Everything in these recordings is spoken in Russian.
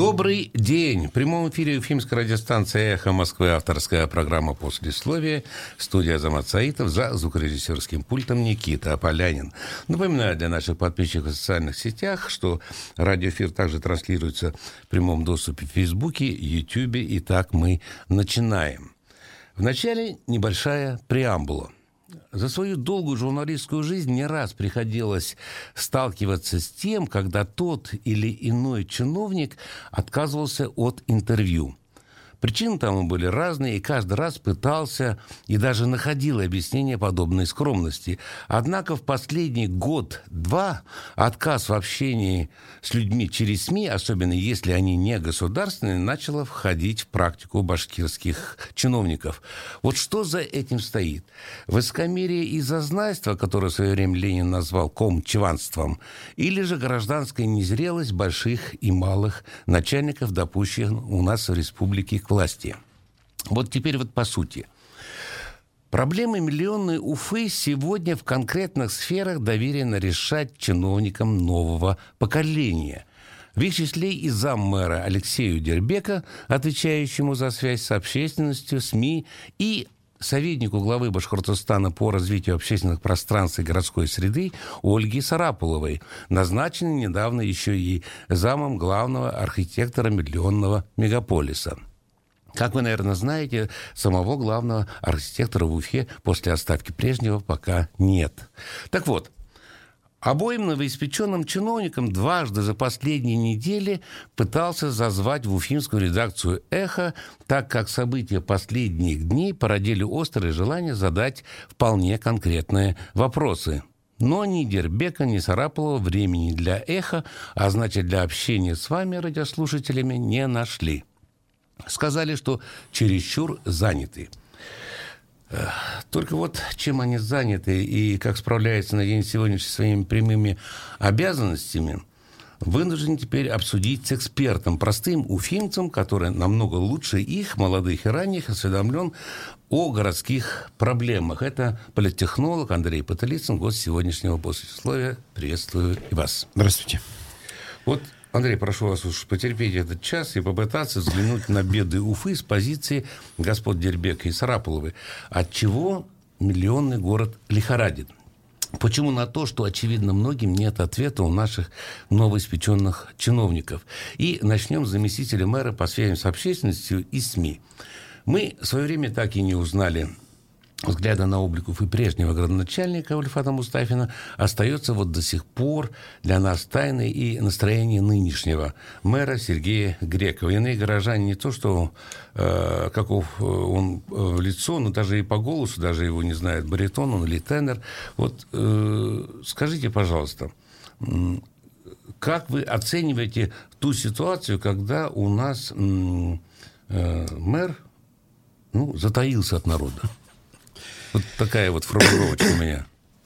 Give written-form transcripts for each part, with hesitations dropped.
Добрый день! В прямом эфире уфимской радиостанции «Эхо Москвы», авторская программа «Послесловие», студия Азамат Саитов, за звукорежиссерским пультом Никита Аполянин. Напоминаю для наших подписчиков в социальных сетях, что радиоэфир также транслируется в прямом доступе в Фейсбуке, Ютьюбе. Итак, мы начинаем. Вначале небольшая преамбула. За свою долгую журналистскую жизнь не раз приходилось сталкиваться с тем, когда тот или иной чиновник отказывался от интервью. Причины тому были разные, и каждый раз пытался и даже находил объяснение подобной скромности. Однако в последний год-два отказ в общении с людьми через СМИ, особенно если они не государственные, начало входить в практику башкирских чиновников. Вот что за этим стоит? Высокомерие и зазнайство, которое в свое время Ленин назвал комчванством, или же гражданская незрелость больших и малых начальников, допущенных у нас в республике к власти. Вот теперь вот по сути. Проблемы миллионной Уфы сегодня в конкретных сферах доверено решать чиновникам нового поколения. В их числе и заммэра Алексею Дербека, отвечающему за связь с общественностью, СМИ, и советнику главы Башкортостана по развитию общественных пространств и городской среды Ольге Сарапуловой, назначенной недавно еще и замом главного архитектора миллионного мегаполиса. Как вы, наверное, знаете, самого главного архитектора в Уфе после отставки прежнего пока нет. Так вот, обоим новоиспеченным чиновникам дважды за последние недели пытался зазвать в уфимскую редакцию «Эхо», так как события последних дней породили острое желание задать вполне конкретные вопросы. Но ни Дербека, ни Сарапулова времени для «Эхо», а значит для общения с вами, радиослушателями, не нашли. Сказали, что чересчур заняты. Только вот чем они заняты и как справляются на день сегодняшний со своими прямыми обязанностями, вынужден теперь обсудить с экспертом, простым уфимцем, который намного лучше их, молодых и ранних, осведомлен о городских проблемах. Это политтехнолог Андрей Потылицын, гость сегодняшнего послесловия. Приветствую и вас. Здравствуйте. Вот, Андрей, прошу вас уж потерпеть этот час и попытаться взглянуть на беды Уфы с позиции господ Дербека и Сарапуловой. Отчего миллионный город лихорадит? Почему на то, что, очевидно, многим нет ответа у наших новоиспеченных чиновников? И начнем с заместителя мэра по связям с общественностью и СМИ. Мы в свое время так и не узнали взгляда на облик Уфы прежнего градоначальника Ульфата Мустафина, остается вот до сих пор для нас тайной и настроение нынешнего мэра Сергея Грекова. Иные горожане не то, что каков он в лицо, но даже и по голосу, даже его не знают, баритон он или тенор. Вот скажите, пожалуйста, как вы оцениваете ту ситуацию, когда у нас мэр затаился от народа? Вот такая вот формулировочка у меня.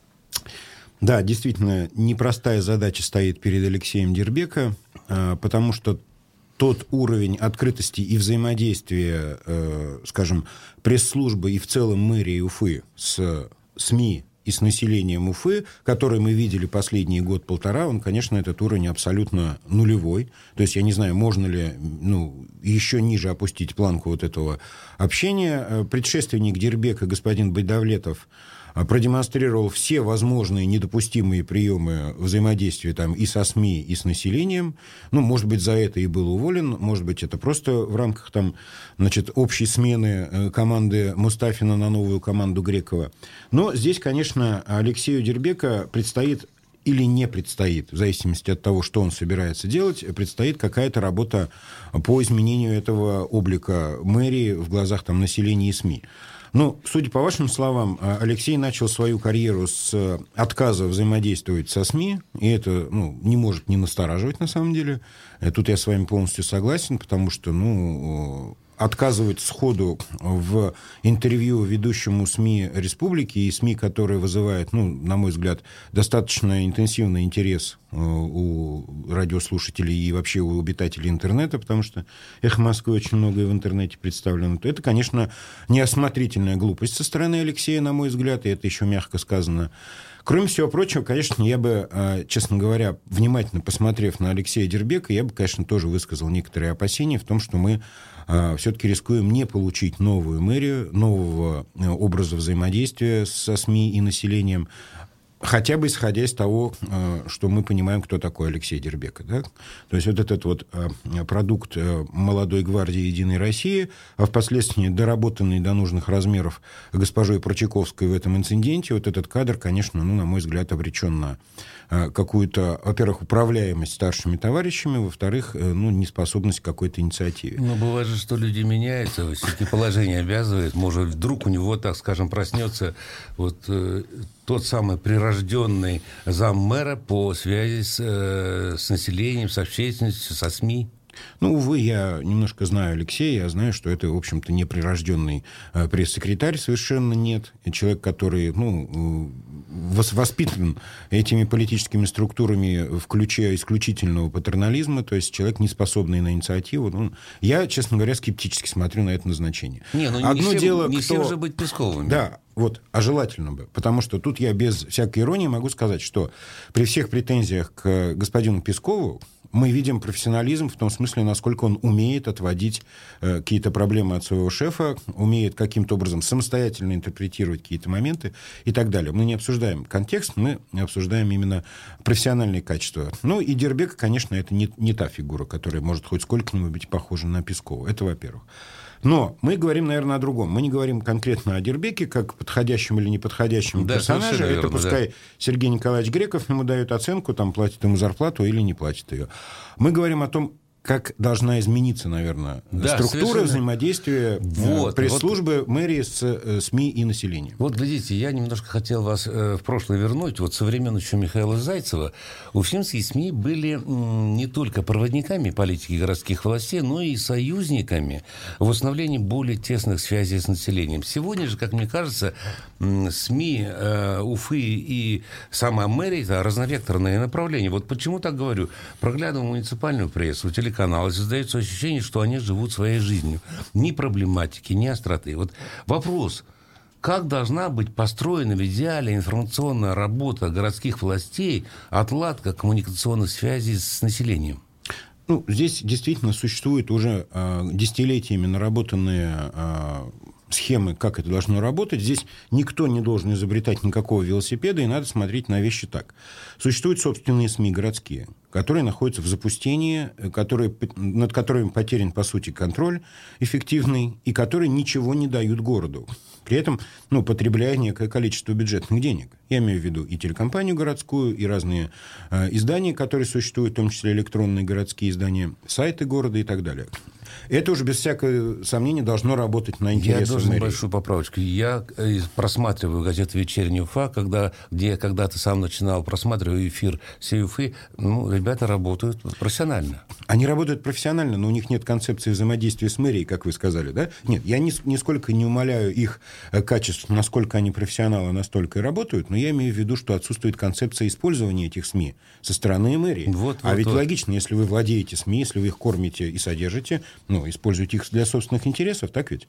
Да, действительно, непростая задача стоит перед Алексеем Дербека, потому что тот уровень открытости и взаимодействия, скажем, пресс-службы и в целом мэрии Уфы с СМИ и с населением Уфы, который мы видели последний год-полтора, он, конечно, этот уровень абсолютно нулевой. То есть я не знаю, можно ли еще ниже опустить планку вот этого общения. Предшественник Дербека, господин Байдавлетов, продемонстрировал все возможные недопустимые приемы взаимодействия там, и со СМИ, и с населением. Может быть, за это и был уволен, может быть, это просто в рамках общей смены команды Мустафина на новую команду Грекова. Но здесь, конечно, Алексею Дербека предстоит или не предстоит, в зависимости от того, что он собирается делать, предстоит какая-то работа по изменению этого облика мэрии в глазах населения и СМИ. Судя по вашим словам, Алексей начал свою карьеру с отказа взаимодействовать со СМИ, и это не может не настораживать на самом деле. Тут я с вами полностью согласен, потому что отказывать сходу в интервью ведущему СМИ республики и СМИ, которые вызывают, на мой взгляд, достаточно интенсивный интерес у радиослушателей и вообще у обитателей интернета, потому что «Эхо Москвы» очень многое в интернете представлено, то это, конечно, неосмотрительная глупость со стороны Алексея, на мой взгляд, и это еще мягко сказано. Кроме всего прочего, конечно, я бы, честно говоря, внимательно посмотрев на Алексея Дербека, я бы, конечно, тоже высказал некоторые опасения в том, что мы все-таки рискуем не получить новую мэрию, нового образа взаимодействия со СМИ и населением, хотя бы исходя из того, что мы понимаем, кто такой Алексей Дербек. Да? То есть вот этот вот продукт молодой гвардии «Единой России», а впоследствии доработанный до нужных размеров госпожой Прочаковской в этом инциденте, вот этот кадр, конечно, на мой взгляд, обречен на какую-то, во-первых, управляемость старшими товарищами, во-вторых, неспособность к какой-то инициативе. Но бывает же, что люди меняются, все-таки положение обязывает, может, вдруг у него, так скажем, проснется вот тот самый прирожденный заммэра по связи с населением, с общественностью, со СМИ. Увы, я немножко знаю Алексея, я знаю, что это, в общем-то, не прирожденный пресс-секретарь, совершенно нет. Человек, который, воспитан этими политическими структурами в ключе исключительного патернализма, то есть человек, не способный на инициативу. Я, честно говоря, скептически смотрю на это назначение. Не всем же быть Песковым. Да, а желательно бы. Потому что тут я без всякой иронии могу сказать, что при всех претензиях к господину Пескову мы видим профессионализм в том смысле, насколько он умеет отводить какие-то проблемы от своего шефа, умеет каким-то образом самостоятельно интерпретировать какие-то моменты и так далее. Мы не обсуждаем контекст, мы обсуждаем именно профессиональные качества. И Дербек, конечно, это не та фигура, которая может хоть сколько-нибудь быть похожа на Пескова. Это во-первых. Но мы говорим, наверное, о другом. Мы не говорим конкретно о Дербеке, как подходящем или неподходящем персонаже. Это верно, пускай Сергей Николаевич Греков ему дает оценку, платит ему зарплату или не платит ее. Мы говорим о том, как должна измениться, наверное, структура взаимодействия пресс-службы мэрии с СМИ и населением. Глядите, я немножко хотел вас в прошлое вернуть. Со времен еще Михаила Зайцева уфимские СМИ были не только проводниками политики городских властей, но и союзниками в установлении более тесных связей с населением. Сегодня же, как мне кажется, СМИ Уфы и сама мэрия – это разновекторное направление. Почему так говорю? Проглядывая муниципальную прессу, телеканалы, создается ощущение, что они живут своей жизнью. Ни проблематики, ни остроты. Вопрос, как должна быть построена в идеале информационная работа городских властей, отладка коммуникационных связей с населением? Здесь действительно существуют уже десятилетиями наработанные схемы, как это должно работать. Здесь никто не должен изобретать никакого велосипеда, и надо смотреть на вещи так. Существуют собственные СМИ городские, которые находятся в запустении, над которыми потерян, по сути, контроль эффективный, и которые ничего не дают городу. При этом потребляя некое количество бюджетных денег. Я имею в виду и телекомпанию городскую, и разные издания, которые существуют, в том числе электронные городские издания, сайты города и так далее. Это уже без всякого сомнения должно работать на интересы мэрии. Я должен небольшую поправочку. Я просматриваю газету «Вечерняя Уфа», где я когда-то сам начинал, просматриваю эфир всей Уфы. Ребята работают профессионально. Они работают профессионально, но у них нет концепции взаимодействия с мэрией, как вы сказали, да? Нет, я нисколько не умаляю их качеств, насколько они профессионалы, настолько и работают, но я имею в виду, что отсутствует концепция использования этих СМИ со стороны мэрии. Логично, если вы владеете СМИ, если вы их кормите и содержите, используйте их для собственных интересов, так ведь?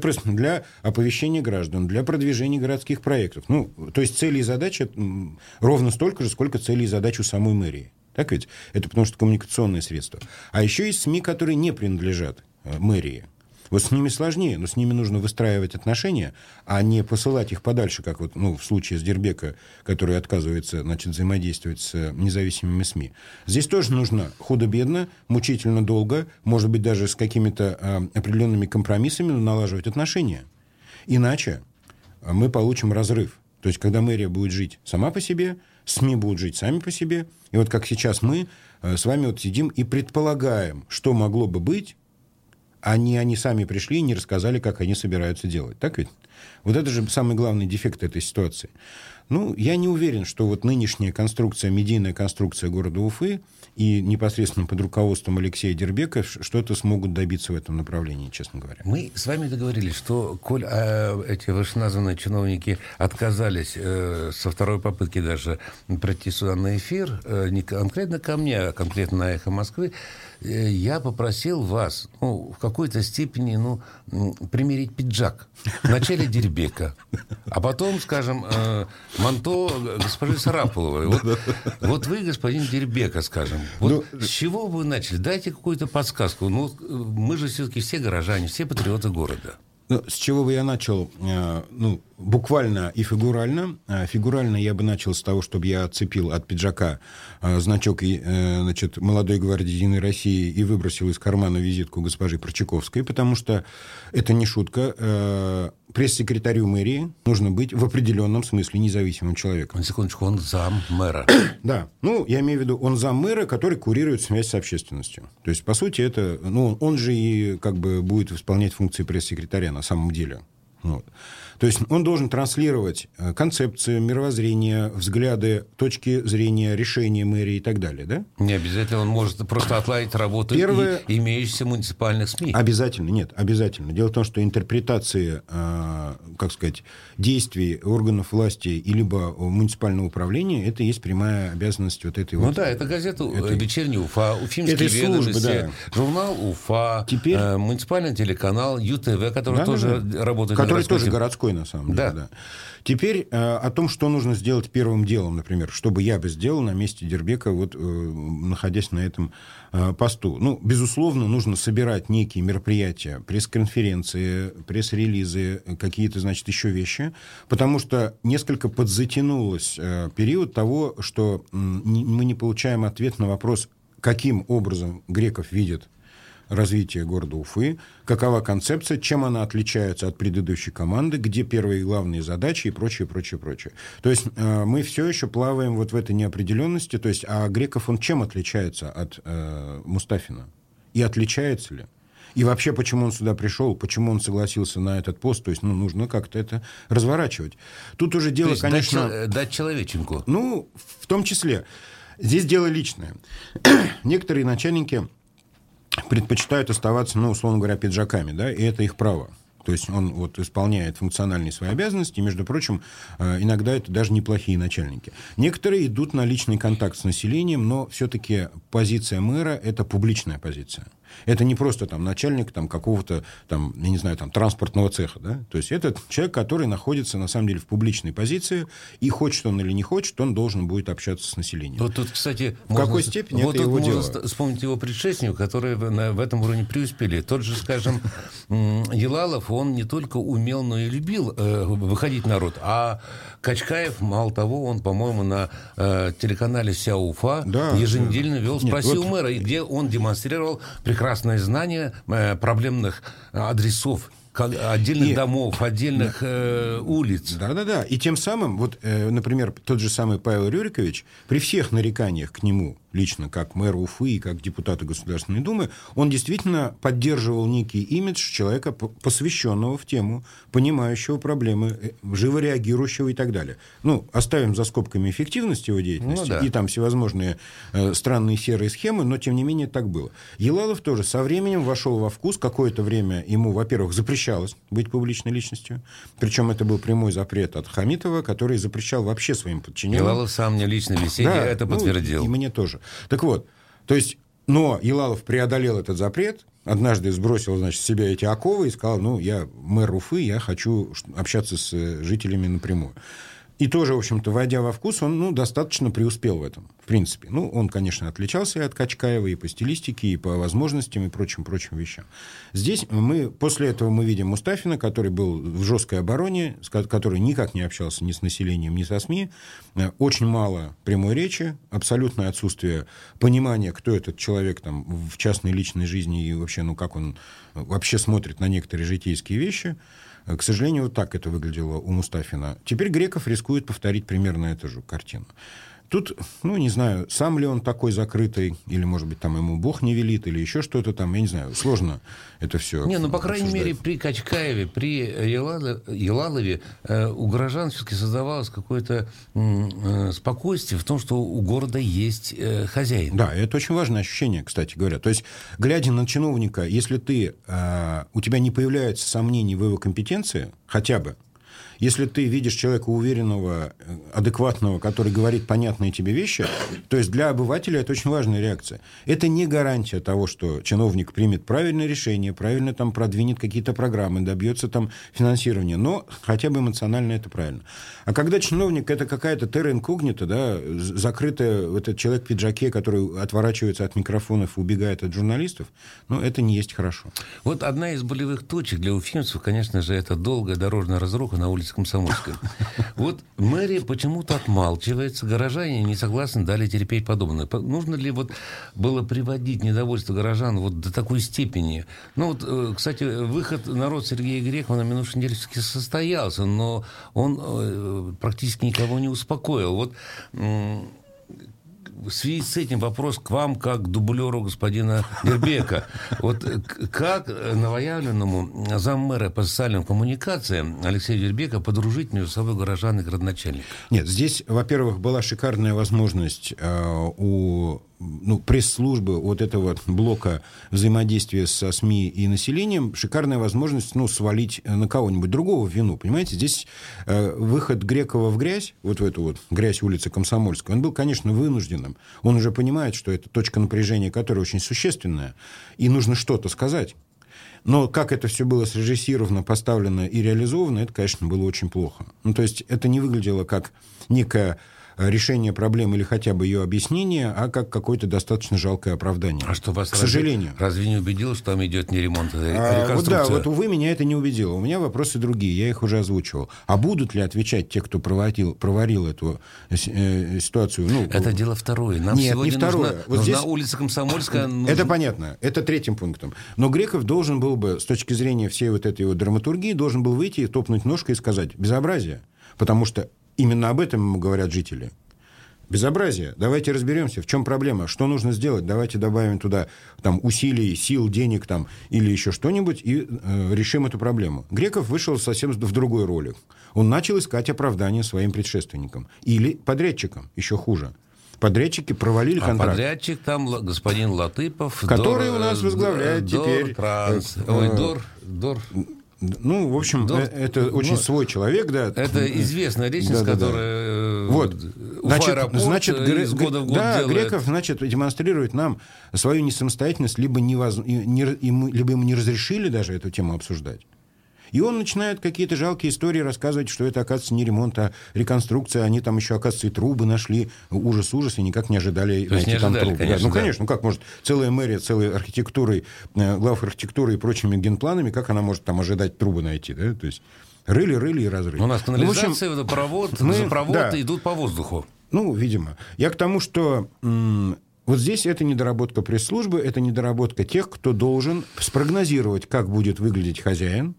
Для оповещения граждан, для продвижения городских проектов. То есть цели и задачи ровно столько же, сколько целей и задач у самой мэрии. Так ведь? Это потому что коммуникационные средства. А еще есть СМИ, которые не принадлежат мэрии. С ними сложнее, но с ними нужно выстраивать отношения, а не посылать их подальше, как в случае с Дербека, который отказывается взаимодействовать с независимыми СМИ. Здесь тоже нужно худо-бедно, мучительно долго, может быть, даже с какими-то определенными компромиссами налаживать отношения. Иначе мы получим разрыв. То есть, когда мэрия будет жить сама по себе, СМИ будут жить сами по себе, и как сейчас мы с вами сидим и предполагаем, что могло бы быть, они сами пришли и не рассказали, как они собираются делать. Так ведь? Это же самый главный дефект этой ситуации. Я не уверен, что нынешняя конструкция, медийная конструкция города Уфы и непосредственно под руководством Алексея Дербека что-то смогут добиться в этом направлении, честно говоря. Мы с вами договорились, что, коль эти вышеназванные чиновники отказались со второй попытки даже прийти сюда на эфир, не конкретно ко мне, а конкретно на «Эхо Москвы», я попросил вас в какой-то степени примерить пиджак. Вначале взяли Дербека, а потом, скажем, манто госпожи Сарапуловой. Вот вы, господин Дербека, скажем, вот с чего вы начали? Дайте какую-то подсказку. Ну, мы же все-таки все горожане, все патриоты города. С чего бы я начал? Буквально и фигурально. Фигурально я бы начал с того, чтобы я отцепил от пиджака значок «Молодой гвардии Единой России» и выбросил из кармана визитку госпожи Прочаковской, потому что это не шутка. Пресс-секретарю мэрии нужно быть в определенном смысле независимым человеком. На секундочку, он зам мэра. Да, я имею в виду, он зам мэра, который курирует связь с общественностью. То есть, по сути, это, он же и как бы будет исполнять функции пресс-секретаря на самом деле. Вот. То есть он должен транслировать концепцию, мировоззрение, взгляды, точки зрения, решения мэрии и так далее, да? Не обязательно, он может просто отладить работу имеющихся муниципальных СМИ. Обязательно, нет, обязательно. Дело в том, что интерпретации, действий органов власти и либо муниципального управления, это есть прямая обязанность вот этой вот... это газета «Вечерний Уфа», «Уфимские ведомости», журнал «Уфа», муниципальный телеканал ЮТВ, который тоже работает на который тоже городской, на самом деле. Да. Теперь о том, что нужно сделать первым делом, например, что бы я бы сделал на месте Дербека, находясь на этом посту. Безусловно, нужно собирать некие мероприятия, пресс-конференции, пресс-релизы, какие-то, еще вещи, потому что несколько подзатянулось период того, что мы не получаем ответ на вопрос, каким образом Греков видит развитие города Уфы, какова концепция, чем она отличается от предыдущей команды, где первые и главные задачи и прочее, прочее, прочее. То есть мы все еще плаваем в этой неопределенности. То есть, а Греков, он чем отличается от Мустафина? И отличается ли? И вообще, почему он сюда пришел, почему он согласился на этот пост? То есть, нужно как-то это разворачивать. Тут уже дело, конечно... Дать человеченку. В том числе. Здесь дело личное. Некоторые начальники предпочитают оставаться, условно говоря, пиджаками, да, и это их право. То есть он исполняет функциональные свои обязанности, и, между прочим, иногда это даже неплохие начальники. Некоторые идут на личный контакт с населением, но все-таки позиция мэра – это публичная позиция. Это не просто начальник какого-то, транспортного цеха. Да? То есть это человек, который находится, на самом деле, в публичной позиции, и хочет он или не хочет, он должен будет общаться с населением. Вот тут, кстати, в какой степени это его дело? Можно вспомнить его предшественников, которые в этом уровне преуспели. Тот же, скажем, Елалов, он не только умел, но и любил выходить в народ. А Качкаев, мало того, он, по-моему, на телеканале «Вся Уфа» еженедельно вел «Спроси у мэра», где он демонстрировал прекрасное знание проблемных адресов, отдельных домов, отдельных улиц. Да. И тем самым, например, тот же самый Павел Рюрикович, при всех нареканиях к нему, лично как мэр Уфы и как депутата Государственной Думы, он действительно поддерживал некий имидж человека, посвященного в тему, понимающего проблемы, живо реагирующего и так далее. Оставим за скобками эффективность его деятельности и там всевозможные странные серые схемы, но, тем не менее, так было. Елалов тоже со временем вошел во вкус. Какое-то время ему, во-первых, запрещалось быть публичной личностью. Причем это был прямой запрет от Хамитова, который запрещал вообще своим подчиненным. Елалов сам мне лично в беседе это подтвердил. И мне тоже. Так вот, но Елалов преодолел этот запрет, однажды сбросил, с себя эти оковы и сказал, я мэр Уфы, я хочу общаться с жителями напрямую. И тоже, в общем-то, войдя во вкус, он достаточно преуспел в этом, в принципе. Он, конечно, отличался и от Качкаева, и по стилистике, и по возможностям, и прочим вещам. Здесь после этого мы видим Мустафина, который был в жесткой обороне, который никак не общался ни с населением, ни со СМИ. Очень мало прямой речи, абсолютное отсутствие понимания, кто этот человек в частной личной жизни и вообще, как он вообще смотрит на некоторые житейские вещи. К сожалению, так это выглядело у Мустафина. Теперь Греков рискует повторить примерно эту же картину. Тут, не знаю, сам ли он такой закрытый, или, может быть, ему Бог не велит, или еще что-то там, я не знаю, сложно это все по крайней мере, при Качкаеве, при Елалове у горожан все-таки создавалось какое-то спокойствие в том, что у города есть хозяин. Да, это очень важное ощущение, кстати говоря. То есть, глядя на чиновника, если у тебя не появляется сомнений в его компетенции, хотя бы, если ты видишь человека уверенного, адекватного, который говорит понятные тебе вещи, то есть для обывателя это очень важная реакция. Это не гарантия того, что чиновник примет правильное решение, правильно там продвинет какие-то программы, добьется там финансирования, но хотя бы эмоционально это правильно. А когда чиновник — это какая-то терра инкогнита, да, закрытый этот человек в пиджаке, который отворачивается от микрофонов и убегает от журналистов, ну, это не есть хорошо. Вот одна из болевых точек для уфимцев, конечно же, это долгая дорожная разруха на улице Комсомольской. Вот мэрия почему-то отмалчивается, горожане не согласны далее терпеть подобное. Нужно ли вот было приводить недовольство горожан вот до такой степени? Ну вот, кстати, выход народ Сергея Грекова на минувшей неделе состоялся, но он практически никого не успокоил. Вот в связи с этим вопрос к вам, как к дублеру господина Дербека. Вот как новоявленному заммэра по социальным коммуникациям Алексею Дербека подружить между собой горожан и градоначальника? Нет, здесь, во-первых, была шикарная возможность у пресс-службы вот этого блока взаимодействия со СМИ и населением, шикарная возможность свалить на кого-нибудь другого вину. Понимаете, здесь выход Грекова в грязь, вот в эту вот грязь улицы Комсомольской, он был, конечно, вынужденным. Он уже понимает, что это точка напряжения, которая очень существенная, и нужно что-то сказать. Но как это все было срежиссировано, поставлено и реализовано, это, конечно, было очень плохо. Ну, то есть это не выглядело как некое решение проблемы или хотя бы ее объяснение, а как какое-то достаточно жалкое оправдание. А что вас, к сожалению. Разве не убедило, что там идет не ремонт, а реконструкция? Вот увы, меня это не убедило. У меня вопросы другие, я их уже озвучивал. А будут ли отвечать те, кто проварил эту ситуацию? Это дело второе. Нам нет, сегодня не второе. Нужна здесь улица Комсомольская. Это понятно. Это третьим пунктом. Но Греков должен был бы, с точки зрения всей вот этой вот драматургии, должен был выйти и топнуть ножкой и сказать: безобразие. Потому что именно об этом ему говорят жители. Безобразие. Давайте разберемся, в чем проблема, что нужно сделать. Давайте добавим туда усилий, сил, денег или еще что-нибудь и решим эту проблему. Греков вышел совсем в другой роли. Он начал искать оправдание своим предшественникам. Или подрядчикам, еще хуже. Подрядчики провалили контракт. А подрядчик там господин Латыпов. Который у нас возглавляет теперь... в общем, это очень свой человек, да. Это известная личность, которая значит, из года в год делает. Греков, демонстрирует нам свою несамостоятельность, либо ему не разрешили даже эту тему обсуждать. И он начинает какие-то жалкие истории рассказывать, что это, оказывается, не ремонт, а реконструкция. Они там еще, оказывается, и трубы нашли. Ужас, и никак не ожидали найти там трубы. Конечно, конечно. Как может целая мэрия, целой архитектурой, глав архитектуры и прочими генпланами, как она может там ожидать трубы найти, да? То есть рыли и разрыли. У нас канализация, водопровод, газопровод идут по воздуху. Видимо. Я к тому, что... Вот здесь это недоработка пресс-службы, это недоработка тех, кто должен спрогнозировать, как будет выглядеть хозяин,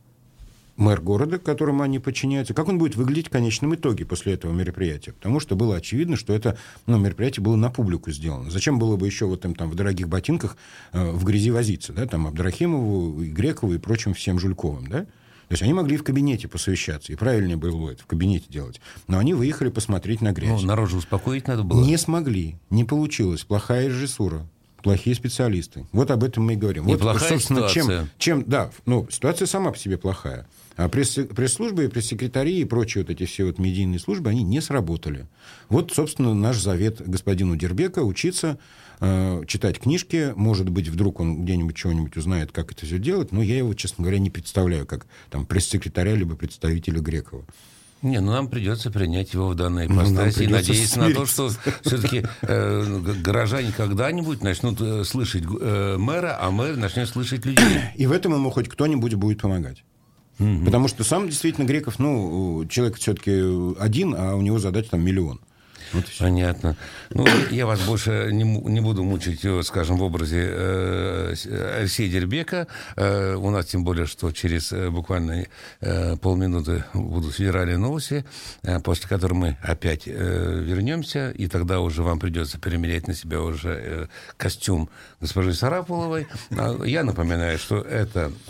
мэр города, которому они подчиняются, как он будет выглядеть в конечном итоге после этого мероприятия. Потому что было очевидно, что это мероприятие было на публику сделано. Зачем было бы еще в дорогих ботинках в грязи возиться? Да? Абдрахимову, и Грекову, и прочим всем Жульковым. Да? То есть они могли в кабинете посовещаться, и правильнее было это в кабинете делать. Но они выехали посмотреть на грязь. Народ же успокоить надо было. Не смогли, не получилось. Плохая режиссура. Плохие специалисты. Вот об этом мы и говорим. Неплохая ситуация. Ситуация сама по себе плохая. А пресс-службы, и пресс-секретари, и прочие эти все медийные службы, они не сработали. Вот, собственно, наш завет господину Дербека — учиться, читать книжки. Может быть, вдруг он где-нибудь чего-нибудь узнает, как это все делать. Но я его, честно говоря, не представляю как пресс-секретаря либо представителя Грекова. Нам придется принять его в данной ипостаси и надеяться на то, что все-таки горожане когда-нибудь начнут слышать мэра, а мэр начнет слышать людей. И в этом ему хоть кто-нибудь будет помогать. Потому что сам действительно Греков, человек все-таки один, а у него задач миллион. Вот понятно. Я вас больше не буду мучить, скажем, в образе Алексея Дербека. У нас тем более, что через буквально полминуты будут федеральные новости, после которых мы опять вернемся, и тогда уже вам придется примерять на себя уже костюм госпожи Сарапуловой. Я напоминаю, что это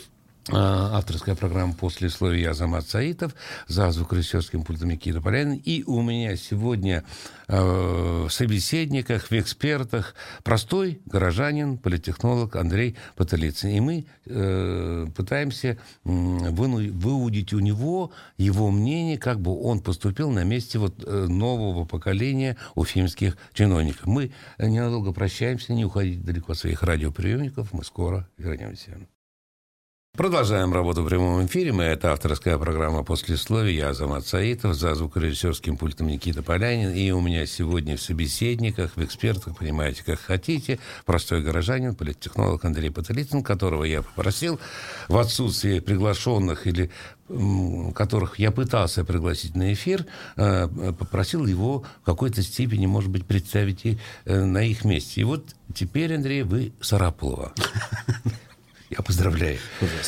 авторская программа «Послесловие». Я Азамат Саитов, за звукорежиссерским пультом Никита Полянин. И у меня сегодня в собеседниках, в экспертах простой горожанин, политтехнолог Андрей Потылицын. И мы пытаемся выудить у него его мнение, как бы он поступил на месте нового поколения уфимских чиновников. Мы ненадолго прощаемся, не уходите далеко от своих радиоприемников. Мы скоро вернемся. Продолжаем работу в прямом эфире. Это авторская программа «Послесловие». Я Азамат Саитов, за звукорежиссерским пультом Никита Полянин. И у меня сегодня в собеседниках, в экспертах, понимаете, как хотите, простой горожанин, политтехнолог Андрей Потылицын, которого я попросил в отсутствие приглашенных или которых я пытался пригласить на эфир, попросил его в какой-то степени, может быть, представить и на их месте. И вот теперь, Андрей, вы Сарапулова. Я поздравляю.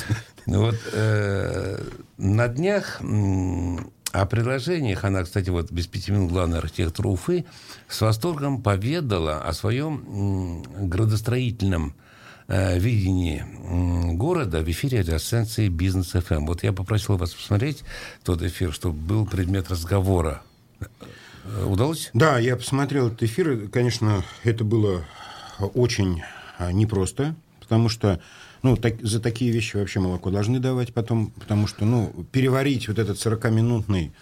На днях о предложениях, она, кстати, без 5 минут главный архитектор Уфы, с восторгом поведала о своем градостроительном видении города в эфире радиостанции «Бизнес ФМ». Вот я попросил вас посмотреть тот эфир, чтобы был предмет разговора. Удалось? Да, я посмотрел этот эфир. Конечно, это было очень непросто, потому что за такие вещи вообще молоко должны давать потом, потому что, переварить вот этот 40-минутный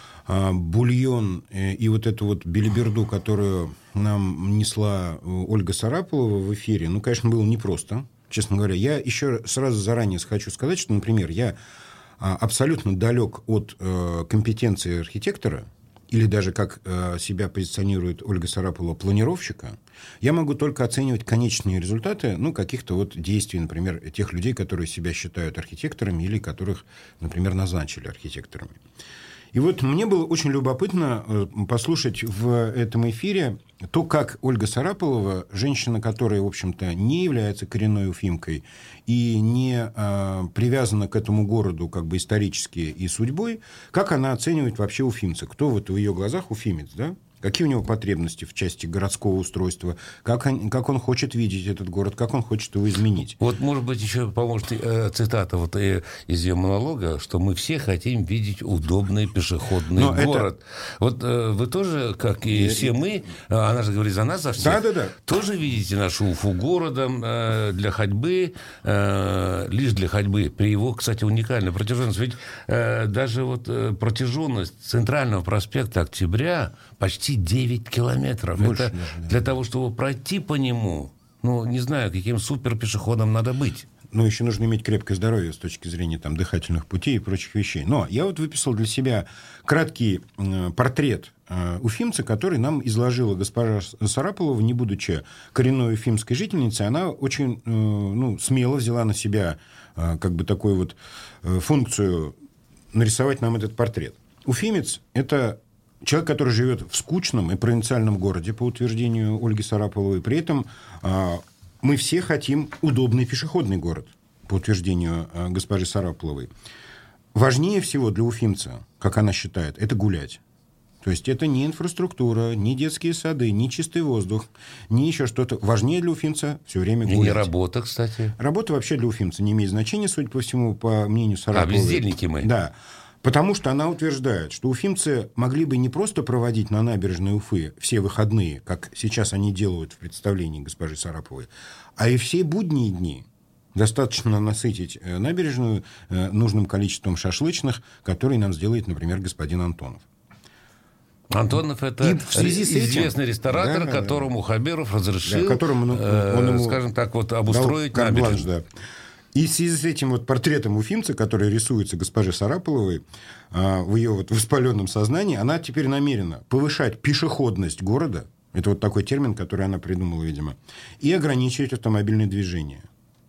бульон и вот эту белиберду, которую нам несла Ольга Сарапулова в эфире, конечно, было непросто, честно говоря. Я еще сразу заранее хочу сказать, что, например, я абсолютно далек от компетенции архитектора, или даже как себя позиционирует Ольга Сарапулова, планировщика, я могу только оценивать конечные результаты каких-то действий, например, тех людей, которые себя считают архитекторами или которых, например, назначили архитекторами. И мне было очень любопытно послушать в этом эфире то, как Ольга Сарапулова, женщина, которая, в общем-то, не является коренной уфимкой и не привязана к этому городу исторически и судьбой, как она оценивает вообще уфимца. Кто в ее глазах уфимец, да? Какие у него потребности в части городского устройства, как он хочет видеть этот город, как он хочет его изменить. Может быть, еще поможет цитата из ее монолога, что мы все хотим видеть удобный пешеходный город. Вы тоже, как и все мы, она же говорит за нас, за всех, тоже видите нашу Уфу городом для ходьбы, лишь для ходьбы, при его, кстати, уникальной протяженности. Ведь даже протяженность центрального проспекта Октября почти 9 километров. Больше это даже, да. Для того, чтобы пройти по нему, не знаю, каким суперпешеходом надо быть. Еще нужно иметь крепкое здоровье с точки зрения дыхательных путей и прочих вещей. Но я выписал для себя краткий портрет уфимца, который нам изложила госпожа Сарапулова, не будучи коренной уфимской жительницей. Она очень смело взяла на себя такую функцию нарисовать нам этот портрет. Уфимец – это человек, который живет в скучном и провинциальном городе, по утверждению Ольги Сарапуловой. При этом мы все хотим удобный пешеходный город, по утверждению госпожи Сарапуловой. Важнее всего для уфимца, как она считает, это гулять. То есть это не инфраструктура, не детские сады, не чистый воздух, не еще что-то. Важнее для уфимца все время гулять. И не работа, кстати. Работа вообще для уфимца не имеет значения, судя по всему, по мнению Сарапуловой. Бездельники мы. Да. Потому что она утверждает, что уфимцы могли бы не просто проводить на набережной Уфы все выходные, как сейчас они делают в представлении госпожи Сараповой, а и все будние дни. Достаточно насытить набережную нужным количеством шашлычных, которые нам сделает, например, господин Антонов. Антонов – это известный ресторатор, которому Хабиров разрешил, скажем так, обустроить набережную. И в связи с этим портретом уфимца, который рисуется госпоже Сарапуловой в ее воспаленном сознании, она теперь намерена повышать пешеходность города, это такой термин, который она придумала, видимо, и ограничивать автомобильное движение.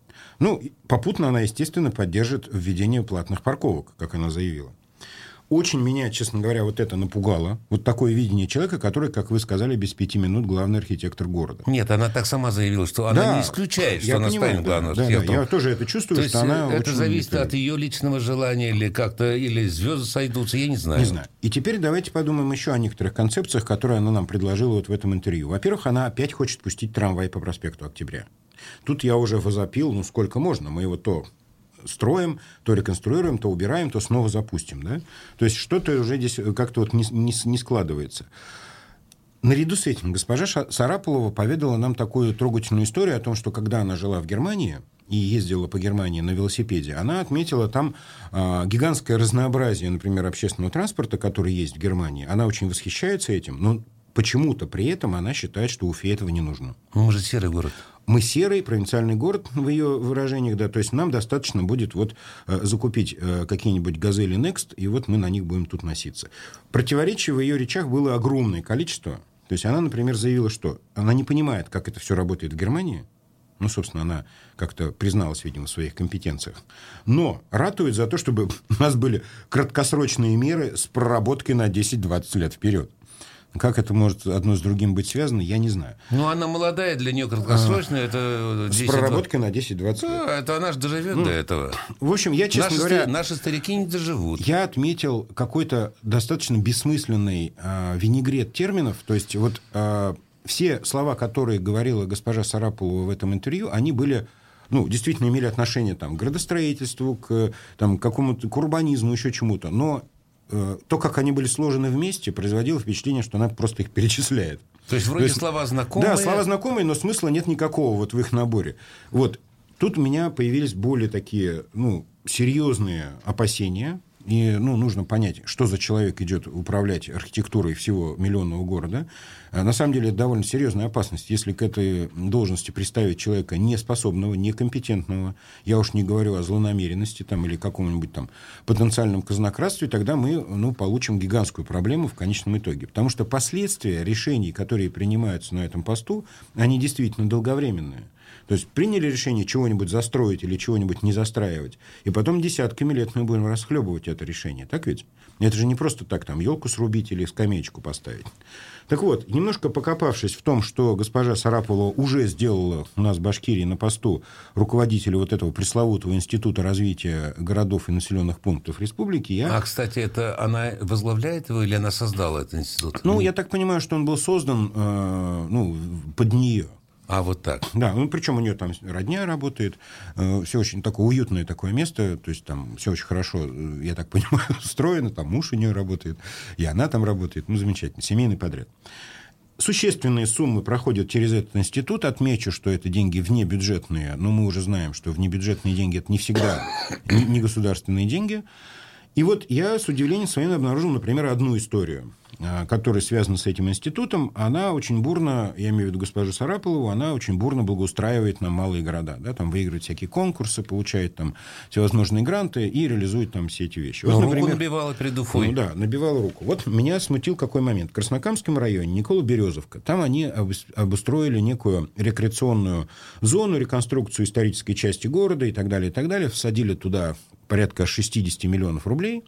Попутно она, естественно, поддержит введение платных парковок, как она заявила. Очень меня, честно говоря, это напугало. Такое видение человека, который, как вы сказали, без 5 минут главный архитектор города. Нет, она так сама заявила, что она не исключает, что она станет главным архитектором. Я тоже это чувствую, что она это очень зависит от ее личного желания или звезды сойдутся, я не знаю. Не знаю. И теперь давайте подумаем еще о некоторых концепциях, которые она нам предложила в этом интервью. Во-первых, она опять хочет пустить трамвай по проспекту Октября. Тут я уже возопил, сколько можно. Мы его то строим, то реконструируем, то убираем, то снова запустим. Да? То есть что-то уже здесь как-то вот не складывается. Наряду с этим госпожа Сарапулова поведала нам такую трогательную историю о том, что когда она жила в Германии и ездила по Германии на велосипеде, она отметила там гигантское разнообразие, например, общественного транспорта, который есть в Германии. Она очень восхищается этим, но почему-то при этом она считает, что Уфе этого не нужно. Мы же серый город. Мы серый провинциальный город, в ее выражениях, да, то есть нам достаточно будет вот закупить какие-нибудь «Газели Next», и вот мы на них будем тут носиться. Противоречий в ее речах было огромное количество. То есть она, например, заявила, что она не понимает, как это все работает в Германии. Ну, собственно, она как-то призналась, видимо, в своих компетенциях. Но ратует за то, чтобы у нас были краткосрочные меры с проработкой на 10-20 лет вперед. Как это может одно с другим быть связано, я не знаю. Ну, она молодая, для нее краткосрочная, это 10, с проработкой на 10-20 лет. Да, это она же доживет до этого. В общем, я, честно говоря... Наши старики не доживут. Я отметил какой-то достаточно бессмысленный винегрет терминов. То есть, вот все слова, которые говорила госпожа Сарапулова в этом интервью, они были... Ну, действительно имели отношение там, к градостроительству, к какому-то к урбанизму, еще чему-то. Но то, как они были сложены вместе, производило впечатление, что она просто их перечисляет. То есть, вроде слова знакомые. Да, слова знакомые, но смысла нет никакого вот в их наборе. Вот. Тут у меня появились более такие, серьезные опасения. И, нужно понять, что за человек идет управлять архитектурой всего миллионного города. На самом деле, это довольно серьезная опасность. Если к этой должности приставить человека неспособного, некомпетентного, я уж не говорю о злонамеренности или каком-нибудь потенциальном казнократстве, тогда мы получим гигантскую проблему в конечном итоге. Потому что последствия решений, которые принимаются на этом посту, они действительно долговременные. То есть приняли решение чего-нибудь застроить или чего-нибудь не застраивать, и потом десятками лет мы будем расхлебывать это решение. Так ведь? Это же не просто так елку срубить или скамеечку поставить. Так вот, немножко покопавшись в том, что госпожа Сарапулова уже сделала у нас в Башкирии на посту руководителя вот этого пресловутого Института развития городов и населенных пунктов республики, кстати, это она возглавляет его или она создала этот институт? Я так понимаю, что он был создан под нее. А вот так. Да, причем у нее там родня работает, все очень такое уютное такое место, то есть там все очень хорошо, я так понимаю, устроено, там муж у нее работает, и она там работает, замечательно, семейный подряд. Существенные суммы проходят через этот институт. Отмечу, что это деньги внебюджетные, но мы уже знаем, что внебюджетные деньги – это не всегда не государственные деньги. И вот я с удивлением своим обнаружил, например, одну историю, которая связана с этим институтом. Она очень бурно, я имею в виду госпожу Сарапулову, она очень бурно благоустраивает нам малые города. Да, там выигрывает всякие конкурсы, получает там всевозможные гранты и реализует там все эти вещи. Вот, например, руку набивала перед Уфой. Набивала руку. Вот меня смутил какой момент. В Краснокамском районе, Никола-Березовка, там они обустроили некую рекреационную зону, реконструкцию исторической части города и так далее, и так далее. Всадили туда порядка 60 миллионов рублей.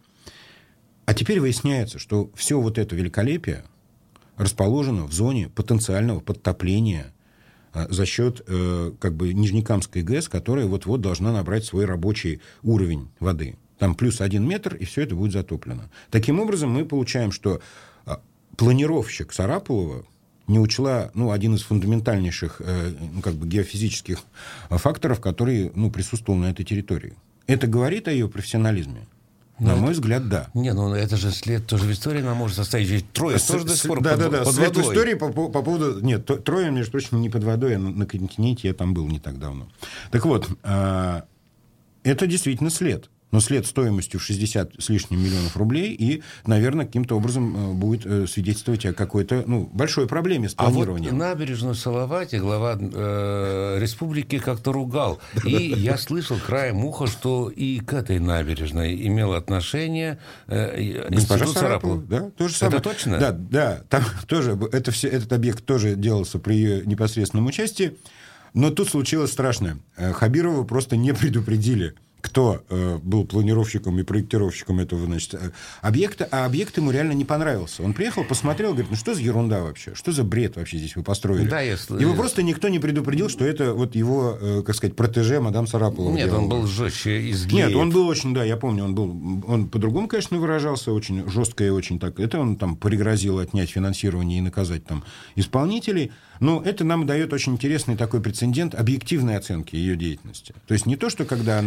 А теперь выясняется, что все вот это великолепие расположено в зоне потенциального подтопления за счет Нижнекамской ГЭС, которая вот-вот должна набрать свой рабочий уровень воды. Там плюс 1 метр, и все это будет затоплено. Таким образом, мы получаем, что планировщик Сарапулова не учла один из фундаментальнейших геофизических факторов, который присутствовал на этой территории. Это говорит о ее профессионализме? На мой взгляд, да. Это же след тоже в истории нам может составить. Трое тоже до сих пор под водой. След в истории по поводу... Нет, Трое, между прочим, не под водой, а на континенте я там был не так давно. Так вот, это действительно след. Но след стоимостью в 60 с лишним миллионов рублей и, наверное, каким-то образом будет свидетельствовать о какой-то большой проблеме с планированием. А вот набережную Салавате глава республики как-то ругал. И я слышал краем уха, что и к этой набережной имел отношение госпожа Сарапулова. Да, то же самое. Это точно? Да. Там тоже этот объект тоже делался при ее непосредственном участии. Но тут случилось страшное. Хабирова просто не предупредили, кто был планировщиком и проектировщиком этого, объекта, а объект ему реально не понравился. Он приехал, посмотрел, говорит, что за ерунда вообще? Что за бред вообще здесь вы построили? Да, его просто никто не предупредил, что это его, протеже мадам Сарапулова. Нет, он был жестче из геев. Нет, он был очень, я помню, он по-другому, конечно, выражался, очень жестко и очень так. Это он там пригрозил отнять финансирование и наказать там исполнителей. Но это нам дает очень интересный такой прецедент объективной оценки ее деятельности. То есть не то, что когда она сзади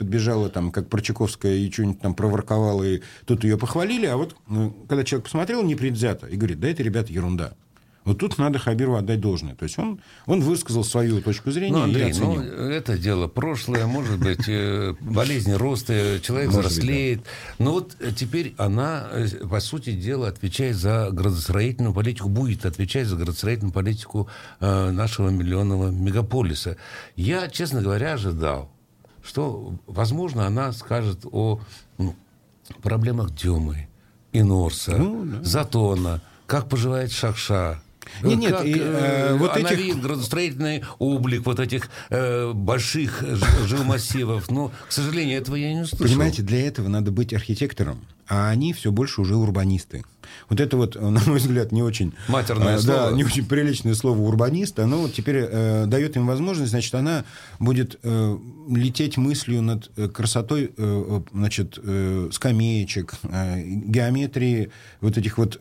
подбежала, там, как Парчаковская, и что-нибудь там проворковала, и тут ее похвалили, а вот когда человек посмотрел непредвзято и говорит, да это, ребята, ерунда. Вот тут надо Хабирову отдать должное. То есть он высказал свою точку зрения Андрей, и оценил. Это дело прошлое, может быть, болезнь роста, человек взрослеет. Да. Но вот теперь она, по сути дела, отвечает за градостроительную политику, будет отвечать за градостроительную политику нашего миллионного мегаполиса. Я, честно говоря, ожидал, что, возможно, она скажет о проблемах Демы, Инорса, Затона, как поживает Шакша. Нет, вот этих... градостроительный облик вот этих больших жилмассивов. Но, к сожалению, этого я не услышал. Понимаете, для этого надо быть архитектором, а они все больше уже урбанисты. Вот это вот, на мой взгляд, не очень... Матерное слово. Да, не очень приличное слово урбанист. Оно вот теперь дает им возможность, значит, она будет лететь мыслью над красотой, значит, скамеечек, геометрии вот этих вот...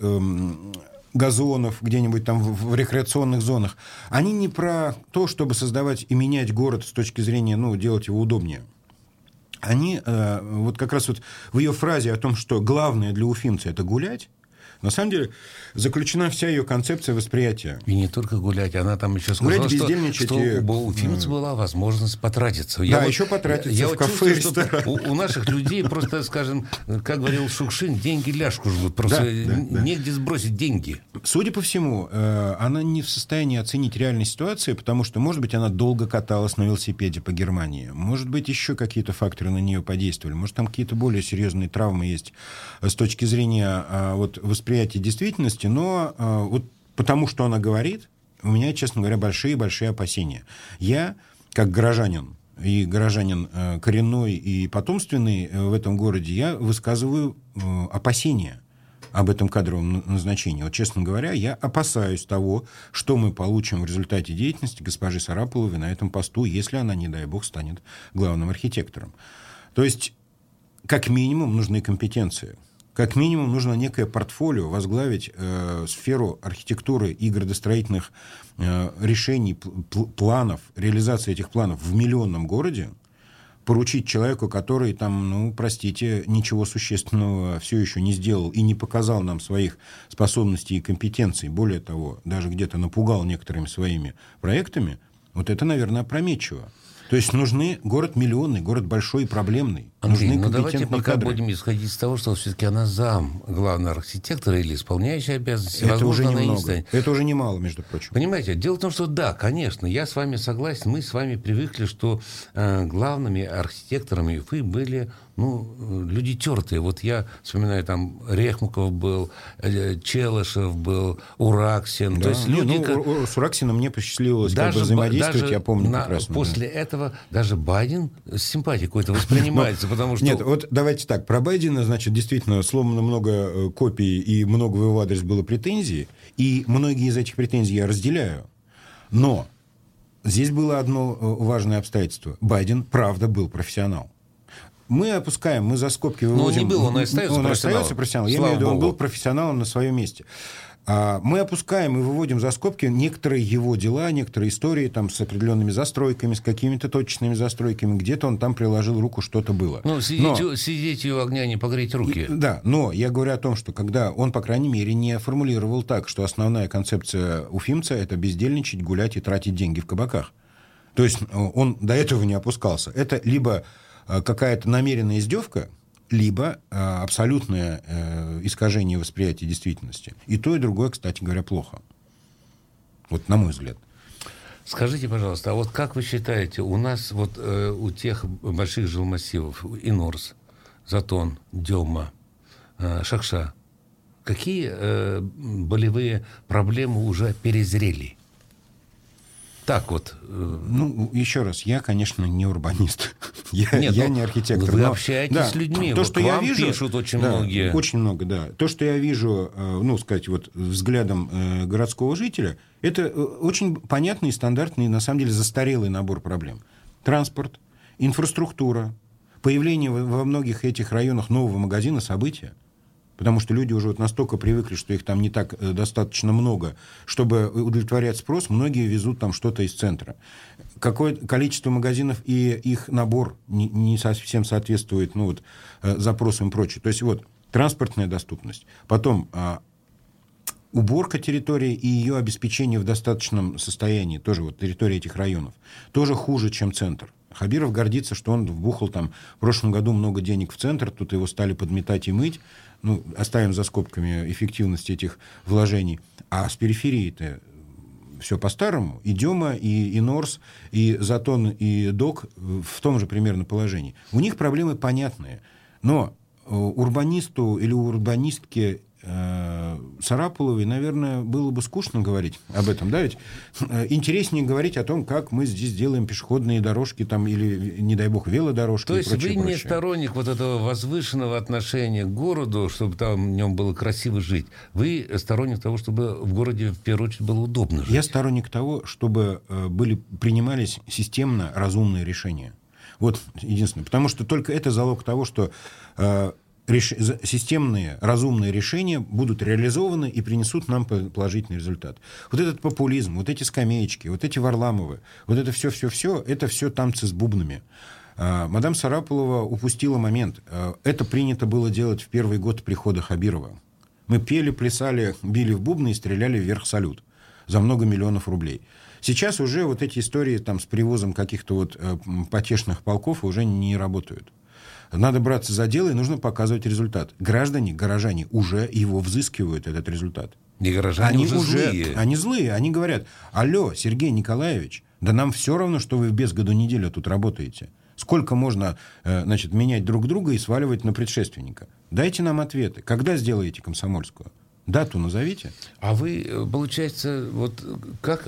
газонов где-нибудь там в рекреационных зонах. Они не про то, чтобы создавать и менять город с точки зрения, делать его удобнее. Они вот как раз вот в ее фразе о том, что главное для уфимца – это гулять, на самом деле заключена вся ее концепция восприятия. И не только гулять, она там еще сказала, что у уфимца была возможность потратиться. Еще потратиться в кафе и ресторан. У наших людей просто, скажем, как говорил Шукшин, деньги ляжку жгут. Просто негде сбросить деньги. Судя по всему, она не в состоянии оценить реальную ситуацию, потому что, может быть, она долго каталась на велосипеде по Германии. Может быть, еще какие-то факторы на нее подействовали. Может, там какие-то более серьезные травмы есть с точки зрения восприятия действительности, но вот потому, что она говорит, у меня, честно говоря, большие-большие опасения. Я, как горожанин, и горожанин коренной и потомственный в этом городе, я высказываю опасения об этом кадровом назначении. Вот, честно говоря, я опасаюсь того, что мы получим в результате деятельности госпожи Сарапуловой на этом посту, если она, не дай бог, станет главным архитектором. То есть, как минимум, нужны компетенции. Как минимум, нужно некое портфолио возглавить сферу архитектуры и градостроительных решений, планов, реализации этих планов в миллионном городе, поручить человеку, который там, простите, ничего существенного все еще не сделал и не показал нам своих способностей и компетенций, более того, даже где-то напугал некоторыми своими проектами, вот это, наверное, опрометчиво. То есть нужны город миллионный, город большой и проблемный. Андрей, нужны давайте пока кадры. будем исходить из того, что все-таки она зам главного архитектора или исполняющий обязанности. Это возможно, уже она немного. не станет. Это уже немало, между прочим. Понимаете, дело в том, что да, конечно, я с вами согласен. Мы с вами привыкли, что главными архитекторами Уфы были люди тертые. Вот я вспоминаю, там Рехмуков был, Челышев был, Ураксин. Да. То есть люди, с Ураксиным мне посчастливилось взаимодействовать, я помню прекрасно. После этого даже Байден с симпатией какой-то воспринимается, потому что... Нет, вот давайте так, про Байдена, значит, действительно сломано много копий, и много в его адрес было претензий, и многие из этих претензий я разделяю. Но здесь было одно важное обстоятельство. Байден, правда, был профессионал. Мы опускаем, мы за скобки выводим... Он не был, он и остается профессионалом. Я имею в виду, он был профессионалом на своем месте. Мы опускаем и выводим за скобки некоторые его дела, некоторые истории там, с определенными застройками, с какими-то точечными застройками. Где-то он там приложил руку, что-то было. Сидеть у огня, не погреть руки. Да, но я говорю о том, что когда он, по крайней мере, не формулировал так, что основная концепция уфимца – это бездельничать, гулять и тратить деньги в кабаках. То есть он до этого не опускался. Это либо какая-то намеренная издевка, либо абсолютное искажение восприятия действительности. И то, и другое, кстати говоря, плохо. Вот на мой взгляд. Скажите, пожалуйста, а вот как вы считаете, у нас вот у тех больших жилмассивов, Инорс, Затон, Дема, Шакша, какие болевые проблемы уже перезрели? Так вот. Еще раз, я, конечно, не урбанист. Я не архитектор. Вы общаетесь с людьми. То, что я вижу, пишут очень многие. Очень много, да. То, что я вижу, взглядом городского жителя, это очень понятный, стандартный, на самом деле, застарелый набор проблем. Транспорт, инфраструктура, появление во многих этих районах нового магазина «События». Потому что люди уже вот настолько привыкли, что их там не так достаточно много, чтобы удовлетворять спрос, многие везут там что-то из центра. Какое количество магазинов и их набор не совсем соответствует запросам и прочее. То есть вот транспортная доступность, потом уборка территории и ее обеспечение в достаточном состоянии, тоже вот территории этих районов, тоже хуже, чем центр. Хабиров гордится, что он вбухал там в прошлом году много денег в центр, тут его стали подметать и мыть. Оставим за скобками эффективность этих вложений. А с периферии-то все по-старому. И Дема, и Норс, и Затон, и Док в том же примерно положении. У них проблемы понятные. Но урбанисту или урбанистке Сарапуловой, наверное, было бы скучно говорить об этом, да, ведь интереснее говорить о том, как мы здесь делаем пешеходные дорожки там, или, не дай бог, велодорожки. То есть вы не сторонник вот этого возвышенного отношения к городу, чтобы там в нем было красиво жить. Вы сторонник того, чтобы в городе, в первую очередь, было удобно жить. Я сторонник того, чтобы принимались системно разумные решения. Вот единственное. Потому что только это залог того, что системные, разумные решения будут реализованы и принесут нам положительный результат. Вот этот популизм, вот эти скамеечки, вот эти Варламовы, вот это все, это все танцы с бубнами. Мадам Сарапулова упустила момент. Это принято было делать в первый год прихода Хабирова. Мы пели, плясали, били в бубны и стреляли вверх салют за много миллионов рублей. Сейчас уже вот эти истории там, с привозом каких-то вот потешных полков уже не работают. Надо браться за дело, и нужно показывать результат. Граждане, горожане уже его взыскивают, этот результат. И горожане уже злые. Они злые. Они говорят: алло, Сергей Николаевич, да нам все равно, что вы в без году неделю тут работаете. Сколько можно, менять друг друга и сваливать на предшественника? Дайте нам ответы. Когда сделаете Комсомольскую? Дату назовите. А вы, получается, вот как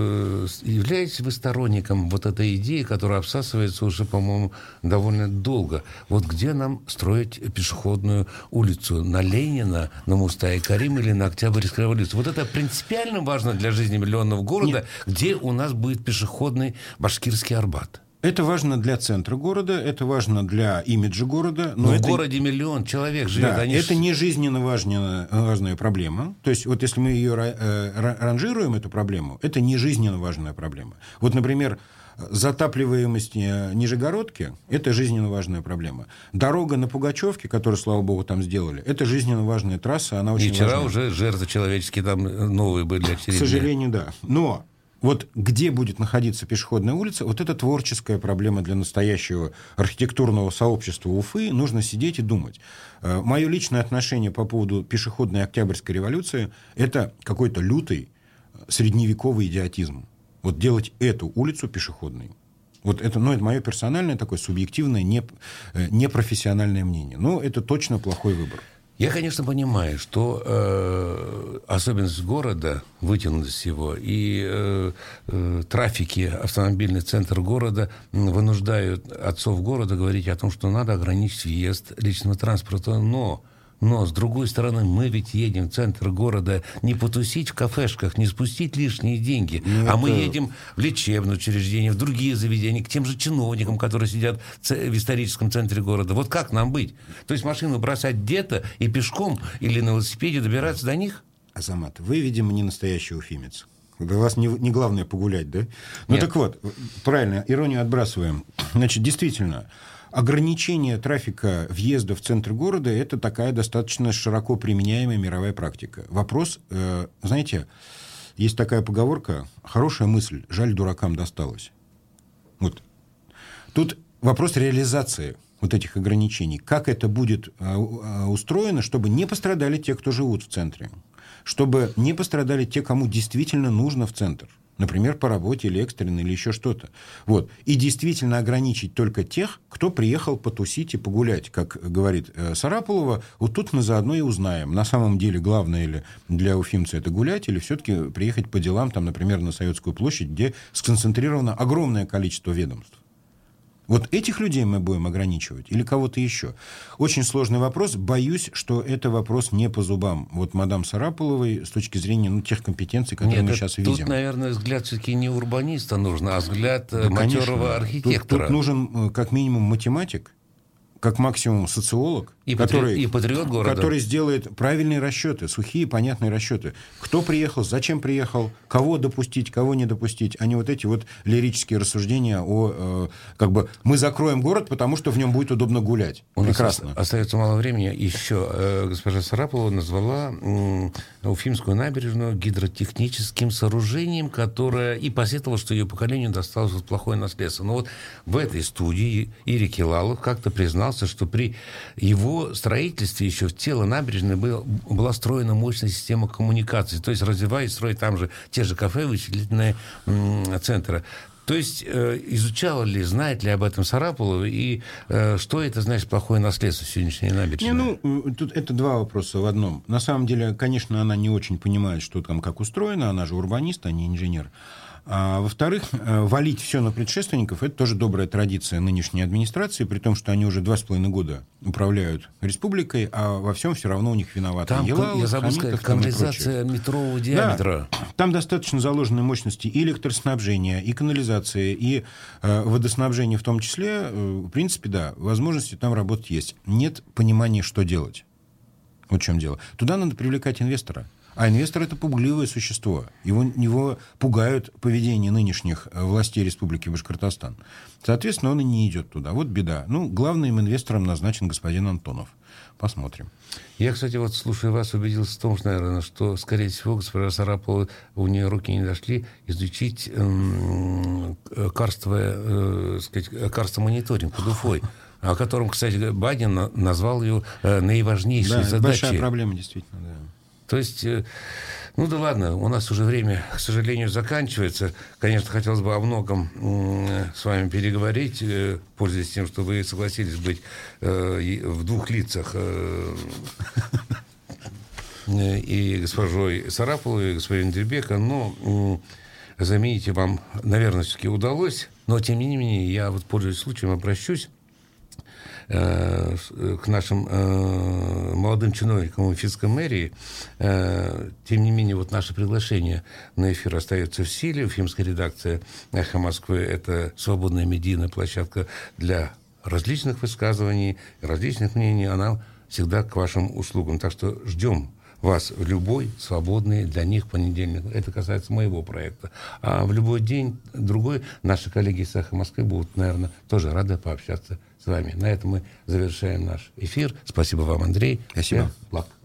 являетесь вы сторонником вот этой идеи, которая обсасывается уже, по-моему, довольно долго? Вот где нам строить пешеходную улицу? На Ленина, на Мустай-Карим или на Октябрьской революции? Вот это принципиально важно для жизни миллионного города. Нет. Где у нас будет пешеходный Башкирский Арбат? Это важно для центра города, это важно для имиджа города. Но в городе миллион человек живет. Да, это не жизненно важная проблема. То есть, вот если мы ее ранжируем, эту проблему, это не жизненно важная проблема. Вот, например, затапливаемость Нижегородки – это жизненно важная проблема. Дорога на Пугачевке, которую, слава богу, там сделали, это жизненно важная трасса, она очень важна. И вчера уже жертвы человеческие там новые были очередные. К сожалению, да. Но вот где будет находиться пешеходная улица, вот это творческая проблема для настоящего архитектурного сообщества Уфы. Нужно сидеть и думать. Мое личное отношение по поводу пешеходной Октябрьской революции – это какой-то лютый средневековый идиотизм. Вот делать эту улицу пешеходной. Вот это, это мое персональное такое субъективное, непрофессиональное мнение. Но это точно плохой выбор. Я, конечно, понимаю, что особенность города, вытянутость его, и трафики, автомобильный центр города вынуждают отцов города говорить о том, что надо ограничить въезд личного транспорта. Но, с другой стороны, мы ведь едем в центр города не потусить в кафешках, не спустить лишние деньги, а мы едем в лечебное учреждение, в другие заведения, к тем же чиновникам, которые сидят в историческом центре города. Вот как нам быть? То есть машину бросать где-то и пешком или на велосипеде добираться до них? Азамат, вы, видимо, не настоящий уфимец. Для вас не главное погулять, да? Так вот, правильно, иронию отбрасываем. Значит, действительно, ограничение трафика въезда в центр города – это такая достаточно широко применяемая мировая практика. Вопрос, знаете, есть такая поговорка: хорошая мысль, жаль, дуракам досталось. Вот. Тут вопрос реализации вот этих ограничений. Как это будет устроено, чтобы не пострадали те, кто живут в центре, чтобы не пострадали те, кому действительно нужно в центр. Например, по работе или экстренно, или еще что-то. Вот. И действительно ограничить только тех, кто приехал потусить и погулять. Как говорит Сарапулова, вот тут мы заодно и узнаем, на самом деле главное ли для уфимца это гулять, или все-таки приехать по делам, там, например, на Советскую площадь, где сконцентрировано огромное количество ведомств. Вот этих людей мы будем ограничивать или кого-то еще? Очень сложный вопрос. Боюсь, что это вопрос не по зубам вот мадам Сарапуловой с точки зрения тех компетенций, которые мы сейчас видим. Тут, наверное, взгляд все-таки не урбаниста нужен, а взгляд матерого архитектора. Тут нужен как минимум математик, как максимум социолог, и патриот города, который сделает правильные расчеты, сухие, понятные расчеты. Кто приехал, зачем приехал, кого допустить, кого не допустить, а не вот эти вот лирические рассуждения о... как бы мы закроем город, потому что в нем будет удобно гулять. У Прекрасно. нас остается мало времени. Еще госпожа Сарапулова назвала Уфимскую набережную гидротехническим сооружением, которое и посетовало, что ее поколению досталось плохое наследство. Но вот в этой студии Ирик Елалов как-то признался, что при его строительстве еще в тело набережной была встроена мощная система коммуникаций, то есть развиваясь, строить там же те же кафе, вычислительные центры. То есть изучала ли, знает ли об этом Сарапулова, и что это значит плохое наследство сегодняшней набережной? Тут это два вопроса в одном. На самом деле, конечно, она не очень понимает, что там как устроено, она же урбанист, а не инженер. А во-вторых, валить все на предшественников – это тоже добрая традиция нынешней администрации, при том, что они уже 2,5 года управляют республикой, а во всем все равно у них виноваты Елалов, я забыл сказать, канализация метрового диаметра. Да, там достаточно заложенной мощности и электроснабжения, и канализации, и водоснабжения в том числе. В принципе, да, возможности там работать есть. Нет понимания, что делать. Вот в чем дело. Туда надо привлекать инвестора. А инвестор – это пугливое существо. Его пугают поведение нынешних властей Республики Башкортостан. Соответственно, он и не идет туда. Вот беда. Главным инвестором назначен господин Антонов. Посмотрим. Я, кстати, вот слушая вас, убедился в том, что, наверное, что, скорее всего, госпожа Сарапова, у нее руки не дошли изучить карстово-мониторинг под Уфой, о котором, кстати, Байден назвал ее наиважнейшей задачей. Большая проблема, действительно, да. То есть, да ладно, у нас уже время, к сожалению, заканчивается. Конечно, хотелось бы о многом с вами переговорить, пользуясь тем, что вы согласились быть в двух лицах и госпожой Сарапуловой, и господином Дербека, но заменить вам, наверное, все-таки удалось. Но, тем не менее, я вот, пользуясь случаем, обращусь к нашим молодым чиновникам Уфимской мэрии. Тем не менее, вот наше приглашение на эфир остается в силе. Уфимская редакция «Эхо Москвы» — это свободная медийная площадка для различных высказываний, различных мнений. Она всегда к вашим услугам. Так что ждем вас в любой свободный для них понедельник. Это касается моего проекта. А в любой день другой наши коллеги из «Эхо Москвы» будут, наверное, тоже рады пообщаться с вами. На этом мы завершаем наш эфир. Спасибо вам, Андрей. Спасибо. Всех благ.